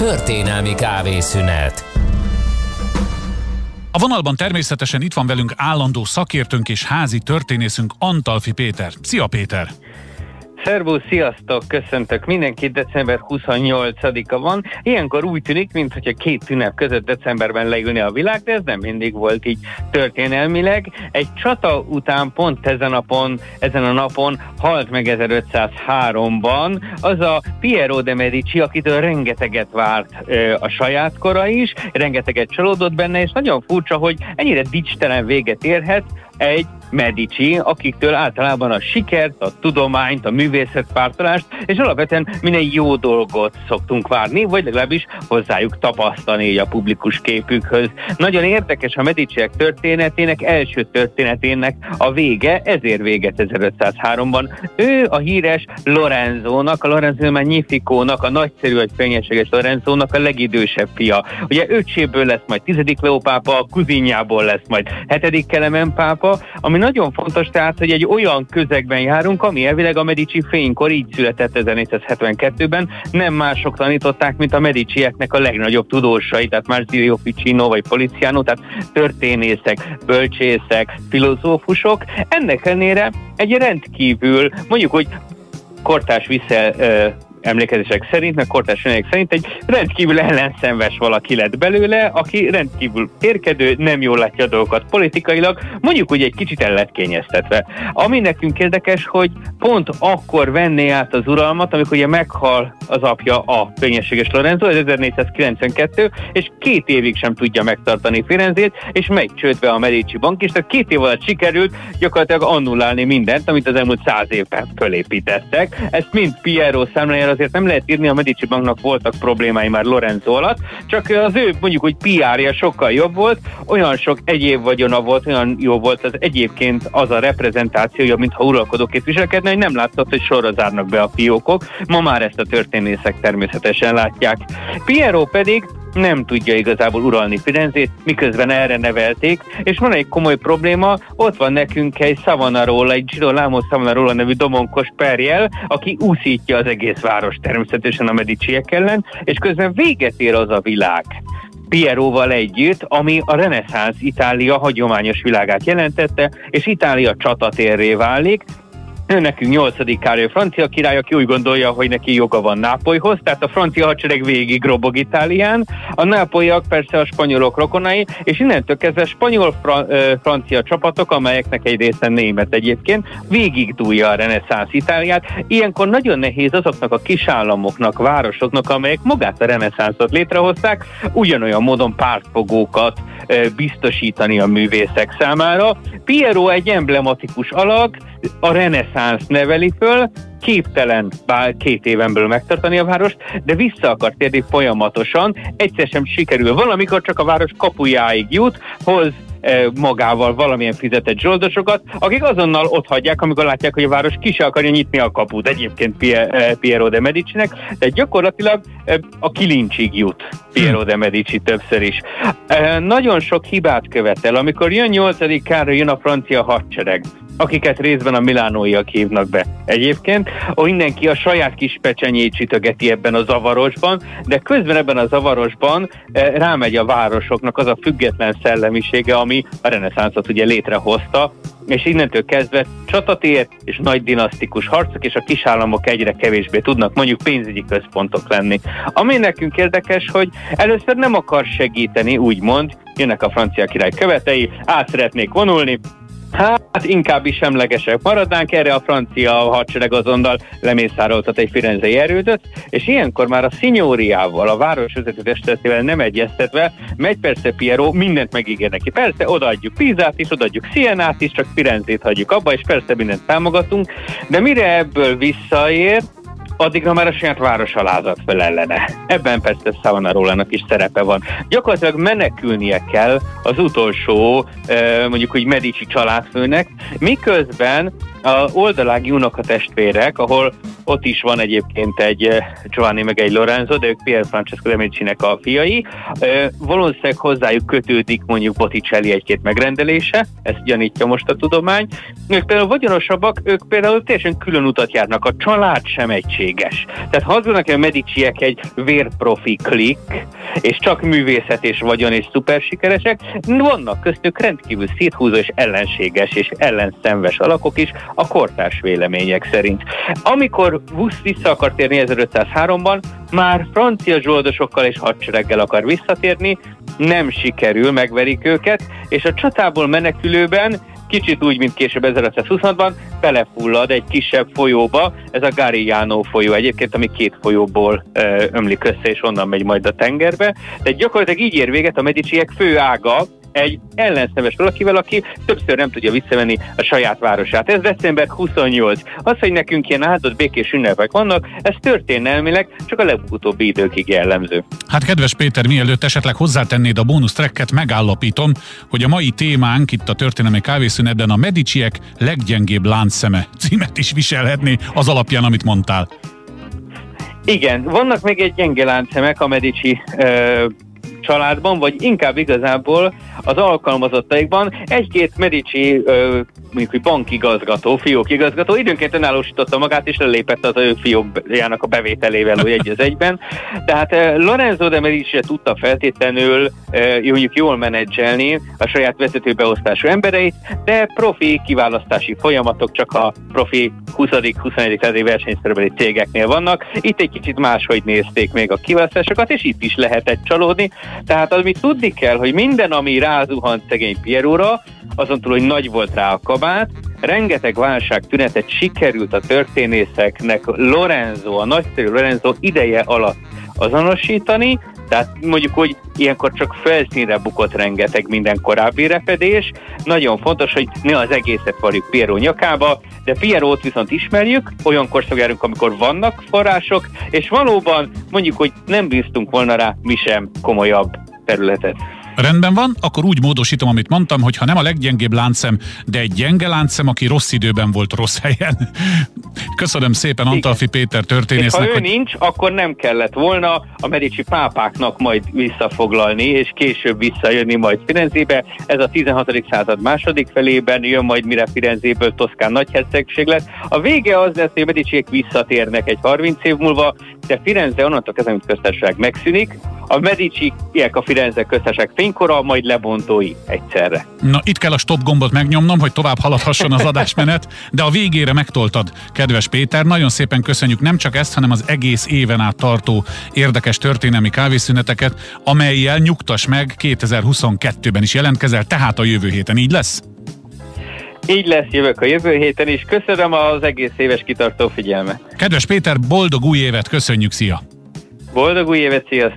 Történelmi kávészünet. A vonalban természetesen itt van velünk állandó szakértőnk és házi történészünk, Antalffy Péter. Szia Péter! Szervusz, sziasztok, köszöntök mindenkit, december 28-a van. Ilyenkor úgy tűnik, mintha két ünnep között decemberben leülne a világ, de ez nem mindig volt így történelmileg. Egy csata után pont ezen a napon halt meg 1503-ban az a Piero de Medici, akitől rengeteget várt a saját kora is, rengeteget csalódott benne, és nagyon furcsa, hogy ennyire dicstelen véget érhet egy Medici, akiktől általában a sikert, a tudományt, a művészetpártolást, és alapvetően minden jó dolgot szoktunk várni, vagy legalábbis hozzájuk tapasztalni a publikus képükhöz. Nagyon érdekes a Mediciek történetének, első történetének a vége, ezért véget 1503-ban. Ő a híres Lorenzónak, a Lorenzo Magnificónak, a nagyszerű vagy fényességes Lorenzónak a legidősebb fia. Ugye öcséből lesz majd 10. Leó pápa, a kuzinjából lesz majd 7. Kelemen pápa, ami nagyon fontos, tehát, hogy egy olyan közegben járunk, ami elvileg a Medici fénykor így született 1472-ben, nem mások tanították, mint a Medicieknek a legnagyobb tudósai, tehát Marzio Ficino vagy Poliziano, tehát történészek, bölcsészek, filozófusok. Ennek ellenére egy rendkívül, mondjuk, hogy kortárs emlékezések szerint, meg kortárs anyagok szerint egy rendkívül ellenszenves valaki lett belőle, aki rendkívül érkedő, nem jól látja a dolgokat politikailag, mondjuk úgy egy kicsit el lett kényeztetve. Ami nekünk érdekes, hogy pont akkor venné át az uralmat, amikor ugye meghal az apja, a fényességes Lorenzo, ez 1492, és 2 évig sem tudja megtartani Firenzét, és megy csődbe a Medici bank, és tehát 2 év alatt sikerült gyakorlatilag annullálni mindent, amit az elmúlt 100 évben fölépítettek. Ezt mind Piero számlájára azért nem lehet írni, a Medici banknak voltak problémái már Lorenzo alatt, csak az ő mondjuk, hogy PR-ja sokkal jobb volt, olyan sok egyéb vagyona volt, olyan jó volt az egyébként az a reprezentációja, mintha uralkodóként viselkedne, hogy nem látszott, hogy sorra zárnak be a fiókok. Ma már ezt a történészek természetesen látják. Piero pedig nem tudja igazából uralni Firenzét, miközben erre nevelték, és van egy komoly probléma, ott van nekünk egy Savonarola, egy Girolamo Savonarola nevű domonkos perjel, aki úszítja az egész város természetesen a Mediciek ellen, és közben véget ér az a világ Pieróval együtt, ami a reneszánsz Itália hagyományos világát jelentette, és Itália csatatérré válik. Ő nekünk 8. Károly francia király, aki úgy gondolja, hogy neki joga van Nápolyhoz, tehát a francia hadsereg végig robog Itálián, a nápolyiak persze a spanyolok rokonai, és innentől kezdve spanyol-francia csapatok, amelyeknek egy része német egyébként, végig dúlja a reneszánsz Itáliát. Ilyenkor nagyon nehéz azoknak a kisállamoknak, városoknak, amelyek magát a reneszánszot létrehozták, ugyanolyan módon pártfogókat biztosítani a művészek számára. Piero egy emblematikus alak, a reneszánsz neveli föl, képtelen 2 éven belül megtartani a várost, de vissza akar térni folyamatosan, egyszer sem sikerül. Valamikor csak a város kapujáig jut, hoz magával valamilyen fizetett zsoldosokat, akik azonnal ott hagyják, amikor látják, hogy a város ki se akarja nyitni a kaput. Egyébként Piero de Medicinek, de gyakorlatilag a kilincsig jut Piero de Medici többször is. Nagyon sok hibát követel, amikor jön 8. Károly, jön a francia hadsereg, akiket részben a milánóiak hívnak be. Egyébként mindenki a saját kis pecsenyét sütögeti ebben a zavarosban, de közben ebben a zavarosban rámegy a városoknak az a független szellemisége, ami a reneszánszot ugye létrehozta, és innentől kezdve csatatér és nagy dinasztikus harcok, és a kisállamok egyre kevésbé tudnak mondjuk pénzügyi központok lenni. Ami nekünk érdekes, hogy először nem akar segíteni, úgymond, jönnek a francia király követei, át szeretnék vonulni, hát inkább is semlegesek maradnánk, erre a francia hadsereg azonnal lemészároltat egy firenzei erődöt, és ilyenkor már a szignóriával, a városvezető testületével nem egyeztetve megy persze Piero, mindent megígér neki. Persze odaadjuk Pisát is, odaadjuk Sienát is, csak Firenzét hagyjuk abba, és persze mindent támogatunk, de mire ebből visszaér, addigra már a saját városa lázadt fel ellene. Ebben persze Savonarolának is szerepe van. Gyakorlatilag menekülnie kell az utolsó, mondjuk úgy Medici családfőnek, miközben a oldalági unokatestvérek, ahol ott is van egyébként egy Giovanni meg egy Lorenzo, de ők Pier Francesco de Medicinek a fiai. Valószínűleg hozzájuk kötődik mondjuk Botticelli egy-két megrendelése, ezt gyanítja most a tudomány. Ők például vagyonosabbak, ők például teljesen külön utat járnak, a család sem egységes. Tehát ha azt gondolnak, hogy a Mediciek egy vérprofi klik, és csak művészet és vagyon és szuper sikeresek, vannak köztük rendkívül széthúzó és ellenséges és ellenszenves alakok is a kortárs vélemények szerint. Amikor Wusz vissza akar térni 1503-ban, már francia zsoldosokkal és hadsereggel akar visszatérni, nem sikerül, megverik őket, és a csatából menekülőben kicsit úgy, mint később 1526-ban, belefullad egy kisebb folyóba, ez a Garigliano folyó egyébként, ami két folyóból ömlik össze, és onnan megy majd a tengerbe. De gyakorlatilag így ér véget a Mediciek fő ága, egy ellenszenves valakivel, aki többször nem tudja visszavenni a saját városát. Ez december 28. Az, hogy nekünk ilyen áldott békés ünnepek vannak, ez történelmileg csak a legutóbbi időkig jellemző. Hát kedves Péter, mielőtt esetleg hozzátennéd a bónusz tracket, megállapítom, hogy a mai témánk itt a történelmi kávészünetben a Mediciek leggyengébb láncszeme címet is viselhetné az alapján, amit mondtál. Igen, vannak még egy gyenge láncszemek a Medici családban, vagy inkább igazából az alkalmazottaikban. Egy-két Medici mondjuk, hogy bankigazgató, fiókigazgató időnként önállósította magát, és lelépett az ő fiókjának a bevételével egy az egyben. Tehát Lorenzo de Medici tudta feltétlenül mondjuk jól menedzselni a saját vezetőbeosztású embereit, de profi kiválasztási folyamatok csak a profi 20.-21. századi versenyszerűbeli cégeknél vannak. Itt egy kicsit máshogy nézték még a kiválasztásokat, és itt is lehetett csalódni. Tehát amit tudni kell, hogy minden, ami rázuhant szegény Pieróra, azon túl, hogy nagy volt rá a kabát, rengeteg válságtünetet sikerült a történészeknek Lorenzo, a nagyszerű Lorenzo ideje alatt azonosítani, tehát mondjuk, hogy ilyenkor csak felszínre bukott rengeteg minden korábbi repedés. Nagyon fontos, hogy ne az egészet varjuk Pierrot nyakába, de Pierrot viszont ismerjük, olyan korszak járunk, amikor vannak források, és valóban mondjuk, hogy nem bíztunk volna rá mi sem komolyabb területet. Rendben van, akkor úgy módosítom, amit mondtam, hogy ha nem a leggyengébb láncszem, de egy gyenge láncszem, aki rossz időben volt rossz helyen. Köszönöm szépen Antalffy Péter történésznek. És ha ő nincs, akkor nem kellett volna a Medici pápáknak majd visszafoglalni, és később visszajönni majd Firenzébe. Ez a 16. század második felében jön majd, mire Firenzéből Toszkán nagyhercegség lesz. A vége az lesz, hogy a Mediciek visszatérnek egy 30 év múlva, de Firenze onnantól kezdve, mint köztársaság megszűnik. A Mediciek a Firenze köztársaság fénykora, majd lebontói egyszerre. Na, itt kell a stop gombot megnyomnom, hogy tovább haladhasson az adásmenet, de a végére megtoltad, kedves Péter. Nagyon szépen köszönjük nem csak ezt, hanem az egész éven át tartó érdekes történelmi kávészüneteket, amellyel nyugtass meg 2022-ben is jelentkezel, tehát a jövő héten így lesz? Így lesz, jövök a jövő héten is. Köszönöm az egész éves kitartó figyelmet. Kedves Péter, boldog új évet, köszönjük, szia! Boldog új évet, sziasztok!